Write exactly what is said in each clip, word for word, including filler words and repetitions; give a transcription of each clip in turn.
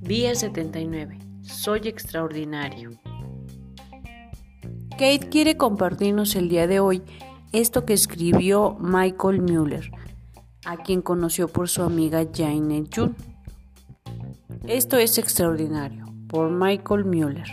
Día setenta y nueve. Soy extraordinario. Kate quiere compartirnos el día de hoy esto que escribió Michael Mueller, a quien conoció por su amiga Janet June. Esto es extraordinario, por Michael Mueller.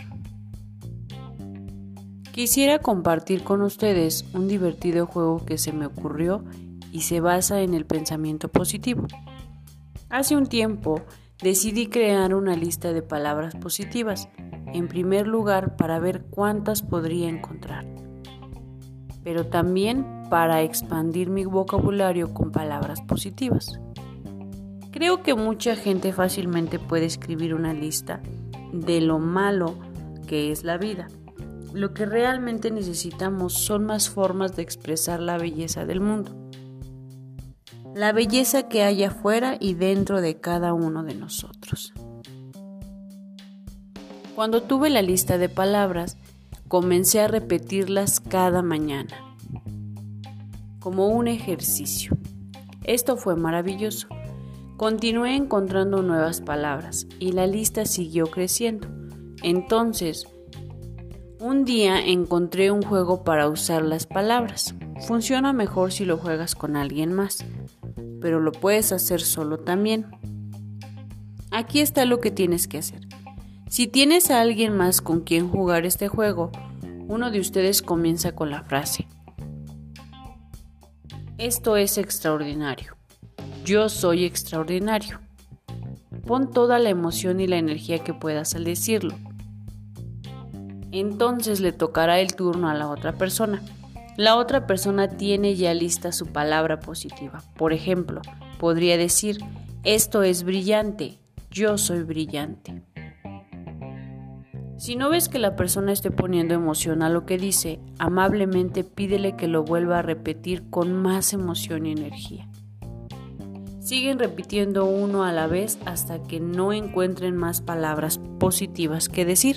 Quisiera compartir con ustedes un divertido juego que se me ocurrió y se basa en el pensamiento positivo. Hace un tiempo decidí crear una lista de palabras positivas, en primer lugar para ver cuántas podría encontrar, pero también para expandir mi vocabulario con palabras positivas. Creo que mucha gente fácilmente puede escribir una lista de lo malo que es la vida. Lo que realmente necesitamos son más formas de expresar la belleza del mundo. La belleza que hay afuera y dentro de cada uno de nosotros. Cuando tuve la lista de palabras, comencé a repetirlas cada mañana, como un ejercicio. Esto fue maravilloso. Continué encontrando nuevas palabras y la lista siguió creciendo. Entonces, un día encontré un juego para usar las palabras. Funciona mejor si lo juegas con alguien más, pero lo puedes hacer solo también. Aquí está lo que tienes que hacer. Si tienes a alguien más con quien jugar este juego, uno de ustedes comienza con la frase: esto es extraordinario. Yo soy extraordinario. Pon toda la emoción y la energía que puedas al decirlo. Entonces le tocará el turno a la otra persona. La otra persona tiene ya lista su palabra positiva. Por ejemplo, podría decir: esto es brillante. Yo soy brillante. Si no ves que la persona esté poniendo emoción a lo que dice, amablemente pídele que lo vuelva a repetir con más emoción y energía. Siguen repitiendo uno a la vez hasta que no encuentren más palabras positivas que decir.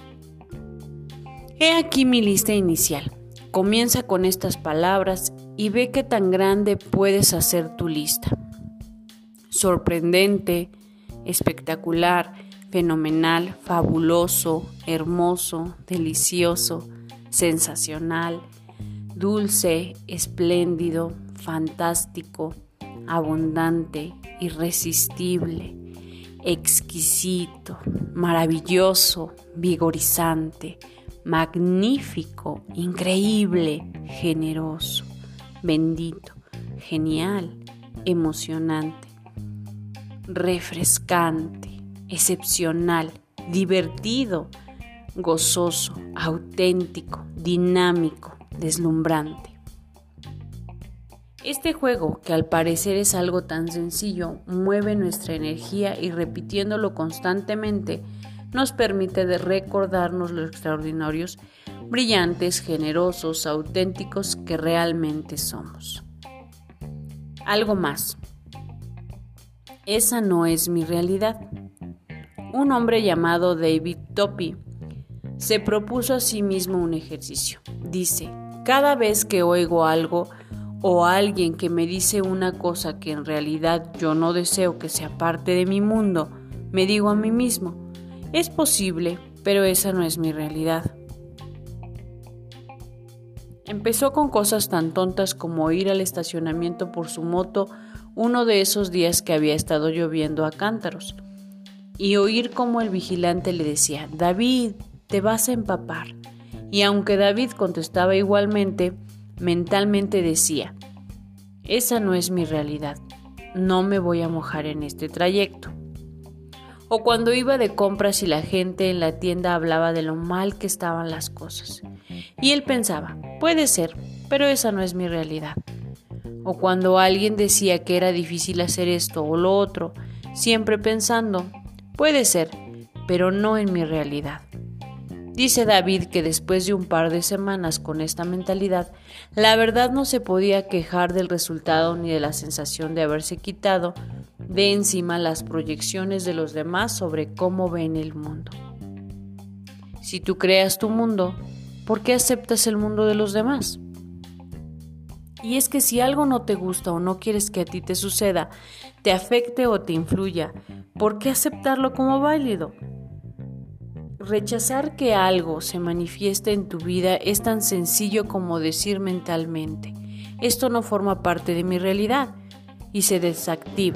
He aquí mi lista inicial. Comienza con estas palabras y ve qué tan grande puedes hacer tu lista. Sorprendente, espectacular, fenomenal, fabuloso, hermoso, delicioso, sensacional, dulce, espléndido, fantástico, abundante, irresistible, exquisito, maravilloso, vigorizante, magnífico, increíble, generoso, bendito, genial, emocionante, refrescante, excepcional, divertido, gozoso, auténtico, dinámico, deslumbrante. Este juego, que al parecer es algo tan sencillo, mueve nuestra energía y repitiéndolo constantemente nos permite de recordarnos los extraordinarios, brillantes, generosos, auténticos que realmente somos. Algo más. Esa no es mi realidad. Un hombre llamado David Topy se propuso a sí mismo un ejercicio. Dice: cada vez que oigo algo o a alguien que me dice una cosa que en realidad yo no deseo que sea parte de mi mundo, me digo a mí mismo: es posible, pero esa no es mi realidad. Empezó con cosas tan tontas como ir al estacionamiento por su moto uno de esos días que había estado lloviendo a cántaros y oír cómo el vigilante le decía: David, te vas a empapar. Y aunque David contestaba igualmente, mentalmente decía: esa no es mi realidad, no me voy a mojar en este trayecto. O cuando iba de compras y la gente en la tienda hablaba de lo mal que estaban las cosas. Y él pensaba: puede ser, pero esa no es mi realidad. O cuando alguien decía que era difícil hacer esto o lo otro, siempre pensando: puede ser, pero no en mi realidad. Dice David que después de un par de semanas con esta mentalidad, la verdad no se podía quejar del resultado ni de la sensación de haberse quitado de encima las proyecciones de los demás sobre cómo ven el mundo. Si tú creas tu mundo, ¿por qué aceptas el mundo de los demás? Y es que si algo no te gusta o no quieres que a ti te suceda, te afecte o te influya, ¿por qué aceptarlo como válido? Rechazar que algo se manifieste en tu vida es tan sencillo como decir mentalmente: esto no forma parte de mi realidad, y se desactiva.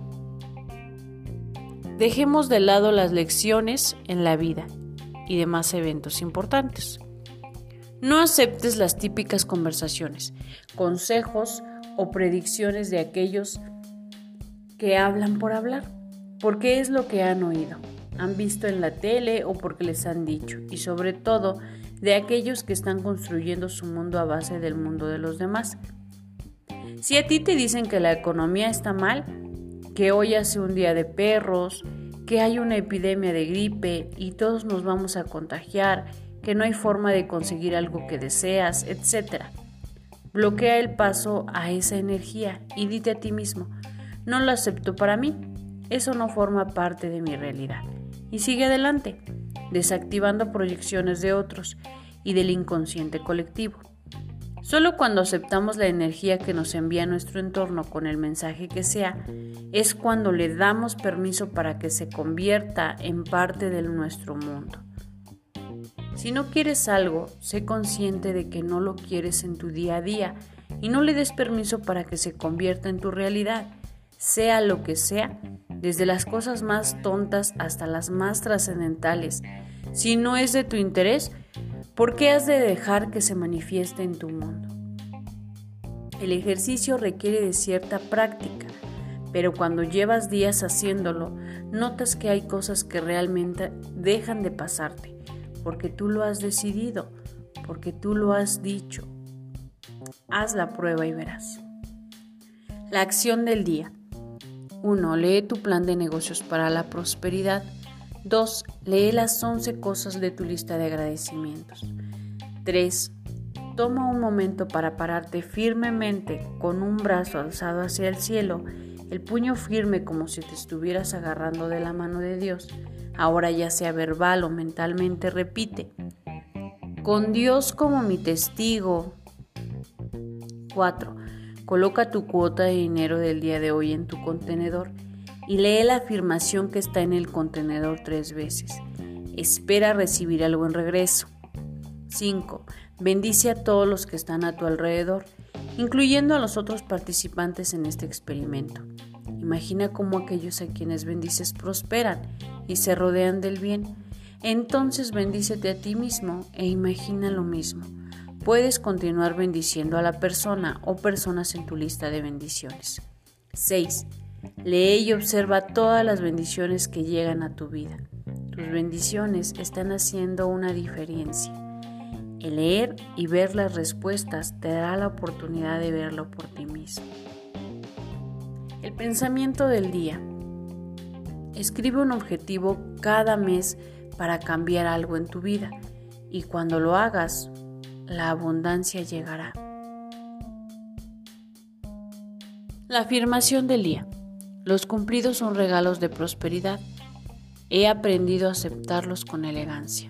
Dejemos de lado las lecciones en la vida y demás eventos importantes. No aceptes las típicas conversaciones, consejos o predicciones de aquellos que hablan por hablar, porque es lo que han oído, han visto en la tele o porque les han dicho, y sobre todo de aquellos que están construyendo su mundo a base del mundo de los demás. Si a ti te dicen que la economía está mal, que hoy hace un día de perros, que hay una epidemia de gripe y todos nos vamos a contagiar, que no hay forma de conseguir algo que deseas, etcétera, bloquea el paso a esa energía y dite a ti mismo: no lo acepto para mí, eso no forma parte de mi realidad. Y sigue adelante, desactivando proyecciones de otros y del inconsciente colectivo. Solo cuando aceptamos la energía que nos envía nuestro entorno con el mensaje que sea, es cuando le damos permiso para que se convierta en parte de nuestro mundo. Si no quieres algo, sé consciente de que no lo quieres en tu día a día y no le des permiso para que se convierta en tu realidad, sea lo que sea, desde las cosas más tontas hasta las más trascendentales. Si no es de tu interés, ¿por qué has de dejar que se manifieste en tu mundo? El ejercicio requiere de cierta práctica, pero cuando llevas días haciéndolo, notas que hay cosas que realmente dejan de pasarte, porque tú lo has decidido, porque tú lo has dicho. Haz la prueba y verás. La acción del día. uno. Lee tu plan de negocios para la prosperidad. dos. Lee las once cosas de tu lista de agradecimientos. tres. Toma un momento para pararte firmemente con un brazo alzado hacia el cielo, el puño firme como si te estuvieras agarrando de la mano de Dios. Ahora, ya sea verbal o mentalmente, repite: con Dios como mi testigo. cuatro. Coloca tu cuota de dinero del día de hoy en tu contenedor y lee la afirmación que está en el contenedor tres veces. Espera recibir algo en regreso. cinco. Bendice a todos los que están a tu alrededor, incluyendo a los otros participantes en este experimento. Imagina cómo aquellos a quienes bendices prosperan y se rodean del bien. Entonces bendícete a ti mismo e imagina lo mismo. Puedes continuar bendiciendo a la persona o personas en tu lista de bendiciones. seis. Lee y observa todas las bendiciones que llegan a tu vida. Tus bendiciones están haciendo una diferencia. El leer y ver las respuestas te dará la oportunidad de verlo por ti mismo. El pensamiento del día. Escribe un objetivo cada mes para cambiar algo en tu vida y cuando lo hagas, la abundancia llegará. La afirmación del día. Los cumplidos son regalos de prosperidad. He aprendido a aceptarlos con elegancia.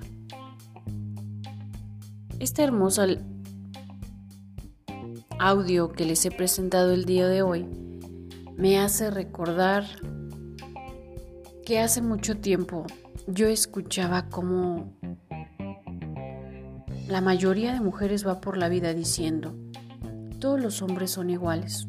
Este hermoso audio que les he presentado el día de hoy me hace recordar que hace mucho tiempo yo escuchaba cómo la mayoría de mujeres va por la vida diciendo: todos los hombres son iguales.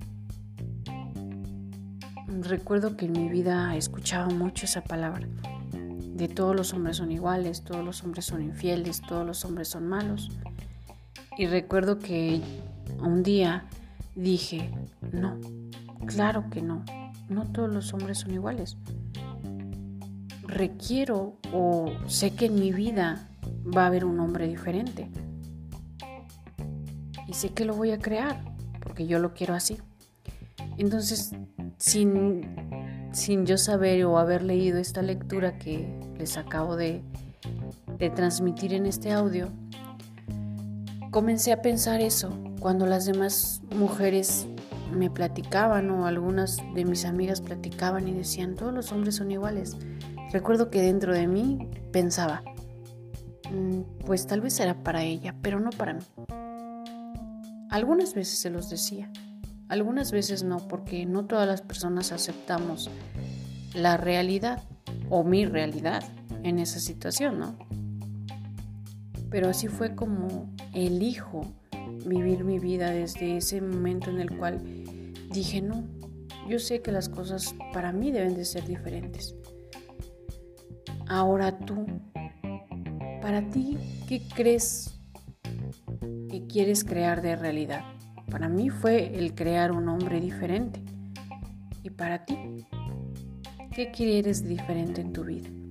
Recuerdo que en mi vida escuchaba mucho esa palabra, de todos los hombres son iguales, todos los hombres son infieles, todos los hombres son malos. Y recuerdo que un día dije: no, claro que no, no todos los hombres son iguales. Requiero o sé que en mi vida va a haber un hombre diferente. Y sé que lo voy a crear, porque yo lo quiero así. Entonces, sin, sin yo saber o haber leído esta lectura que les acabo de, de transmitir en este audio, comencé a pensar eso cuando las demás mujeres me platicaban o algunas de mis amigas platicaban y decían: todos los hombres son iguales. Recuerdo que dentro de mí pensaba: pues tal vez era para ella, pero no para mí. Algunas veces se los decía, algunas veces no, porque no todas las personas aceptamos la realidad o mi realidad en esa situación, ¿no? Pero así fue como elijo vivir mi vida desde ese momento en el cual dije, no, yo sé que las cosas para mí deben de ser diferentes. Ahora tú, para ti, ¿qué crees que quieres crear de realidad? Para mí fue el crear un hombre diferente. ¿Y para ti? ¿Qué quieres diferente en tu vida?